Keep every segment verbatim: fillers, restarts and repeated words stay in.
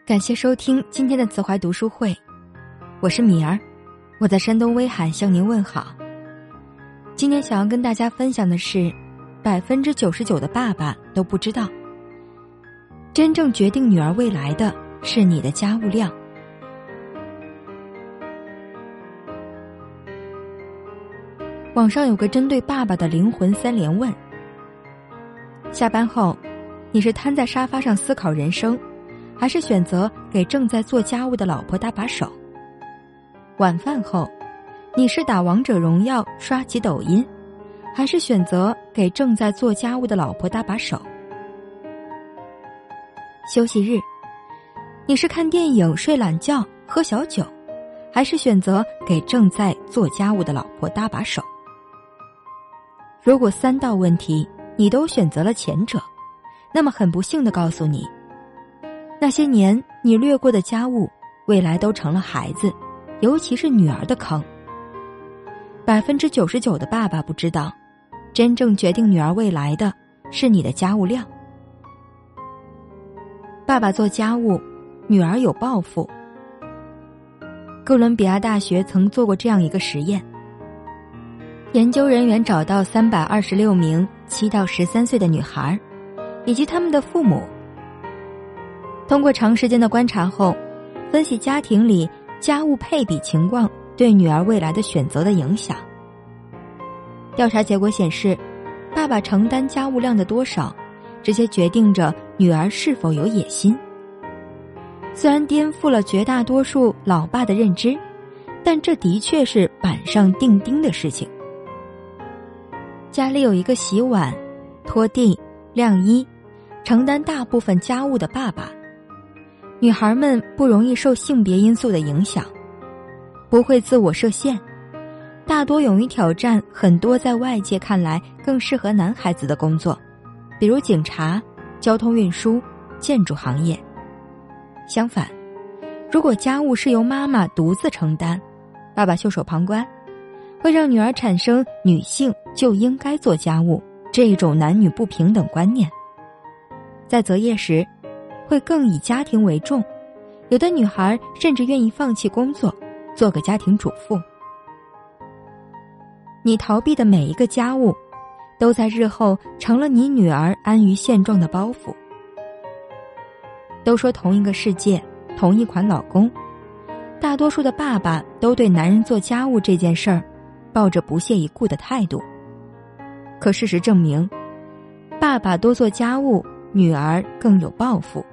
感谢收听今天的慈怀读书会，我是米儿，我在山东威海向您问好。今天想要跟大家分享的是，百分之九十九的爸爸都不知道，真正决定女儿未来的是你的家务量。网上有个针对爸爸的灵魂三连问：下班后，你是瘫在沙发上思考人生，还是选择给正在做家务的老婆搭把手？晚饭后，你是打王者荣耀刷起抖音，还是选择给正在做家务的老婆搭把手？休息日，你是看电影睡懒觉喝小酒，还是选择给正在做家务的老婆搭把手？如果三道问题你都选择了前者，那么很不幸地告诉你，那些年你略过的家务，未来都成了孩子，尤其是女儿的坑。百分之九十九的爸爸不知道，真正决定女儿未来的是你的家务量。爸爸做家务，女儿有抱负。哥伦比亚大学曾做过这样一个实验，研究人员找到三百二十六名七到十三岁的女孩，以及他们的父母。通过长时间的观察后，分析家庭里家务配比情况对女儿未来的选择的影响。调查结果显示，爸爸承担家务量的多少，直接决定着女儿是否有野心。虽然颠覆了绝大多数老爸的认知，但这的确是板上钉钉的事情。家里有一个洗碗、拖地、晾衣，承担大部分家务的爸爸，女孩们不容易受性别因素的影响，不会自我设限，大多勇于挑战很多在外界看来更适合男孩子的工作，比如警察、交通运输、建筑行业。相反，如果家务是由妈妈独自承担，爸爸袖手旁观，会让女儿产生女性就应该做家务这一种男女不平等观念。在择业时，会更以家庭为重，有的女孩甚至愿意放弃工作，做个家庭主妇。你逃避的每一个家务，都在日后成了你女儿安于现状的包袱。都说同一个世界，同一款老公，大多数的爸爸都对男人做家务这件事儿抱着不屑一顾的态度。可事实证明，爸爸多做家务，女儿更有抱负。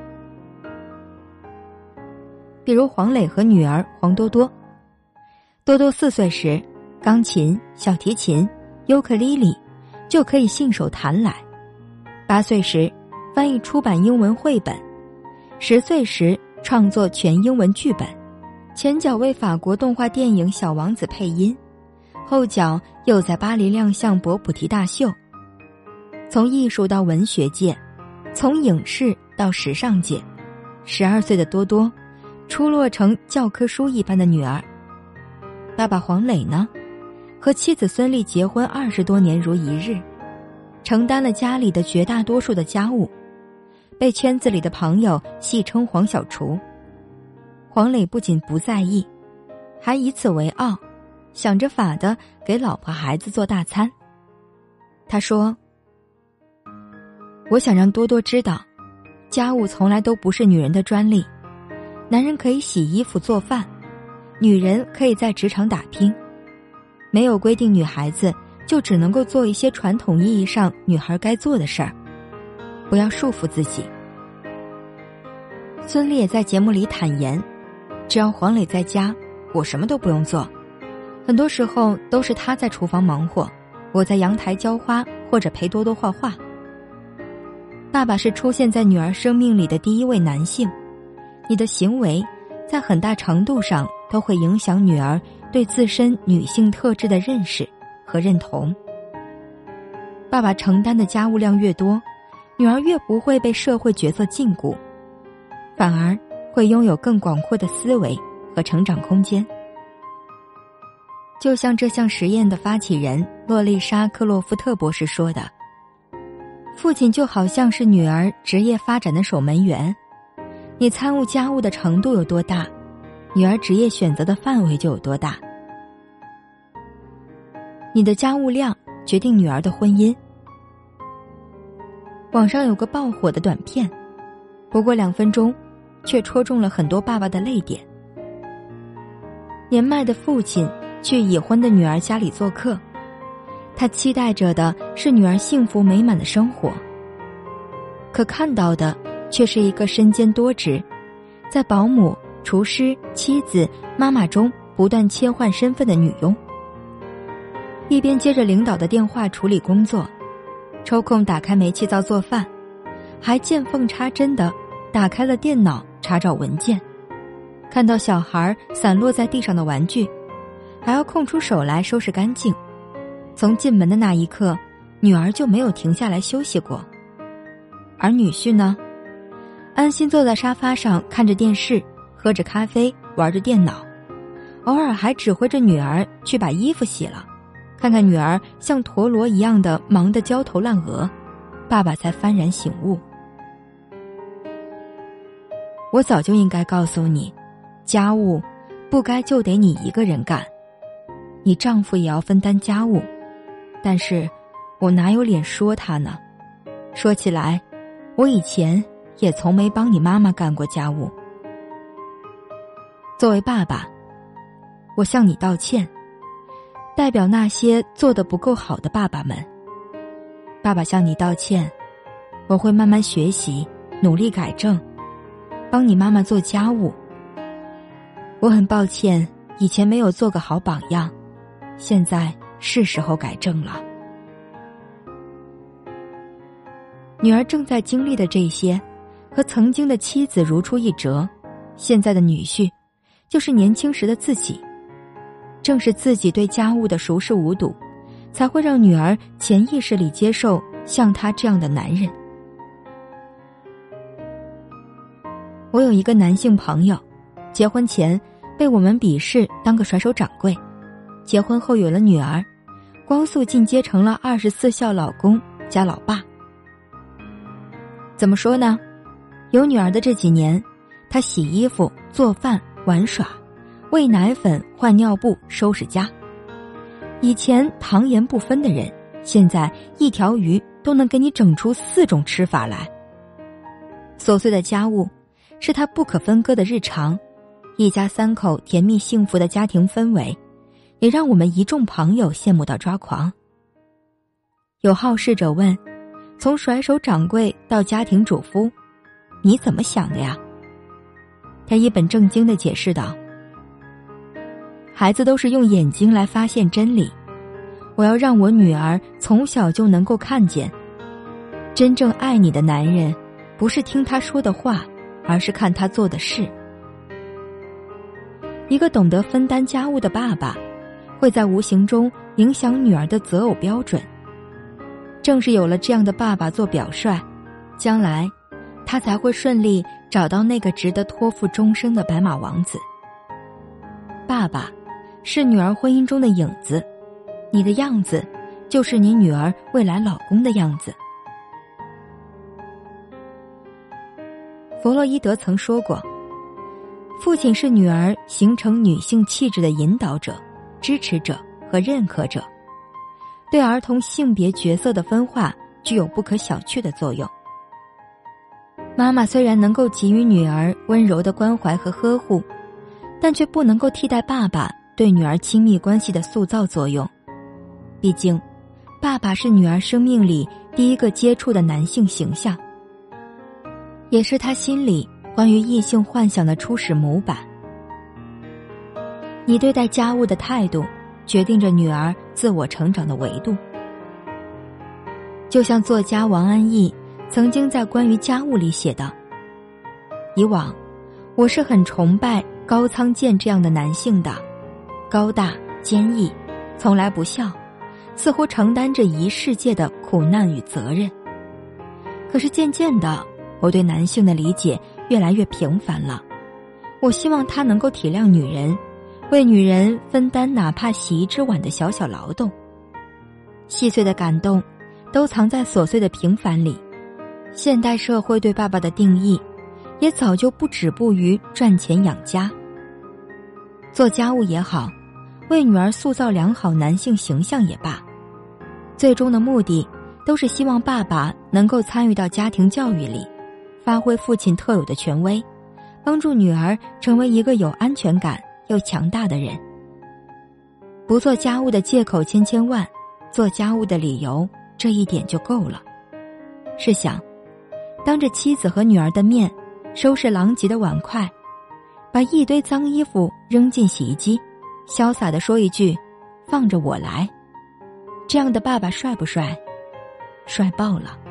比如黄磊和女儿黄多多。多多四岁时，钢琴、小提琴、尤克里里就可以信手弹来。八岁时，翻译出版英文绘本。十岁时，创作全英文剧本。前脚为法国动画电影《小王子》配音，后脚又在巴黎亮相博普提大秀。从艺术到文学界，从影视到时尚界，十二岁的多多出落成教科书一般的女儿。爸爸黄磊呢，和妻子孙俪结婚二十多年如一日，承担了家里的绝大多数的家务，被圈子里的朋友戏称黄小厨。黄磊不仅不在意，还以此为傲，想着法的给老婆孩子做大餐。他说，我想让多多知道，家务从来都不是女人的专利，男人可以洗衣服做饭，女人可以在职场打拼，没有规定女孩子就只能够做一些传统意义上女孩该做的事儿，不要束缚自己。孙俪也在节目里坦言，只要黄磊在家，我什么都不用做，很多时候都是他在厨房忙活，我在阳台浇花或者陪多多画画。爸爸是出现在女儿生命里的第一位男性，你的行为在很大程度上都会影响女儿对自身女性特质的认识和认同。爸爸承担的家务量越多，女儿越不会被社会角色禁锢，反而会拥有更广阔的思维和成长空间。就像这项实验的发起人洛丽莎·克洛夫特博士说的，父亲就好像是女儿职业发展的守门员， 你参悟家务的程度有多大，女儿职业选择的范围就有多大。你的家务量决定女儿的婚姻。网上有个爆火的短片，不过两分钟，却戳中了很多爸爸的泪点。年迈的父亲去已婚的女儿家里做客，他期待着的是女儿幸福美满的生活，可看到的却是一个身兼多职，在保姆、厨师、妻子、妈妈中不断切换身份的女佣。一边接着领导的电话处理工作，抽空打开煤气灶做饭，还见缝插针地打开了电脑查找文件，看到小孩散落在地上的玩具，还要空出手来收拾干净。从进门的那一刻，女儿就没有停下来休息过。而女婿呢，安心坐在沙发上看着电视，喝着咖啡，玩着电脑，偶尔还指挥着女儿去把衣服洗了，看看女儿像陀螺一样的忙得焦头烂额，爸爸才幡然醒悟。我早就应该告诉你，家务不该就得你一个人干，你丈夫也要分担家务，但是我哪有脸说他呢？说起来，我以前也从没帮你妈妈干过家务。作为爸爸，我向你道歉，代表那些做得不够好的爸爸们。爸爸向你道歉，我会慢慢学习，努力改正，帮你妈妈做家务。我很抱歉，以前没有做个好榜样，现在是时候改正了。女儿正在经历的这些，和曾经的妻子如出一辙，现在的女婿，就是年轻时的自己。正是自己对家务的熟视无睹，才会让女儿潜意识里接受像他这样的男人。我有一个男性朋友，结婚前被我们鄙视当个甩手掌柜，结婚后有了女儿，光速进阶成了二十四孝老公加老爸。怎么说呢？有女儿的这几年，他洗衣服、做饭、玩耍，喂奶粉、换尿布、收拾家。以前糖盐不分的人，现在一条鱼都能给你整出四种吃法来。琐碎的家务是他不可分割的日常，一家三口甜蜜幸福的家庭氛围，也让我们一众朋友羡慕到抓狂。有好事者问，从甩手掌柜到家庭主夫，你怎么想的呀？他一本正经地解释道，孩子都是用眼睛来发现真理，我要让我女儿从小就能够看见，真正爱你的男人，不是听他说的话，而是看他做的事。一个懂得分担家务的爸爸，会在无形中影响女儿的择偶标准。正是有了这样的爸爸做表率，将来他才会顺利找到那个值得托付终生的白马王子。爸爸是女儿婚姻中的影子，你的样子就是你女儿未来老公的样子。弗洛伊德曾说过，父亲是女儿形成女性气质的引导者、支持者和认可者，对儿童性别角色的分化具有不可小觑的作用。妈妈虽然能够给予女儿温柔的关怀和呵护，但却不能够替代爸爸对女儿亲密关系的塑造作用。毕竟，爸爸是女儿生命里第一个接触的男性形象，也是她心里关于异性幻想的初始模板。你对待家务的态度，决定着女儿自我成长的维度。就像作家王安忆曾经在关于家务里写道，以往我是很崇拜高仓健这样的男性的，高大坚毅，从来不笑，似乎承担着一世界的苦难与责任。可是渐渐的，我对男性的理解越来越平凡了。我希望他能够体谅女人，为女人分担哪怕洗一只碗的小小劳动。细碎的感动都藏在琐碎的平凡里。现代社会对爸爸的定义， 也早就不止步于赚钱养家。做家务也好，为女儿塑造良好男性形象也罢，最终的目的都是希望爸爸能够参与到家庭教育里，发挥父亲特有的权威，帮助女儿成为一个有安全感又强大的人。不做家务的借口千千万，做家务的理由这一点就够了。试想，当着妻子和女儿的面收拾狼藉的碗筷，把一堆脏衣服扔进洗衣机，潇洒地说一句放着我来，这样的爸爸帅不帅？帅爆了。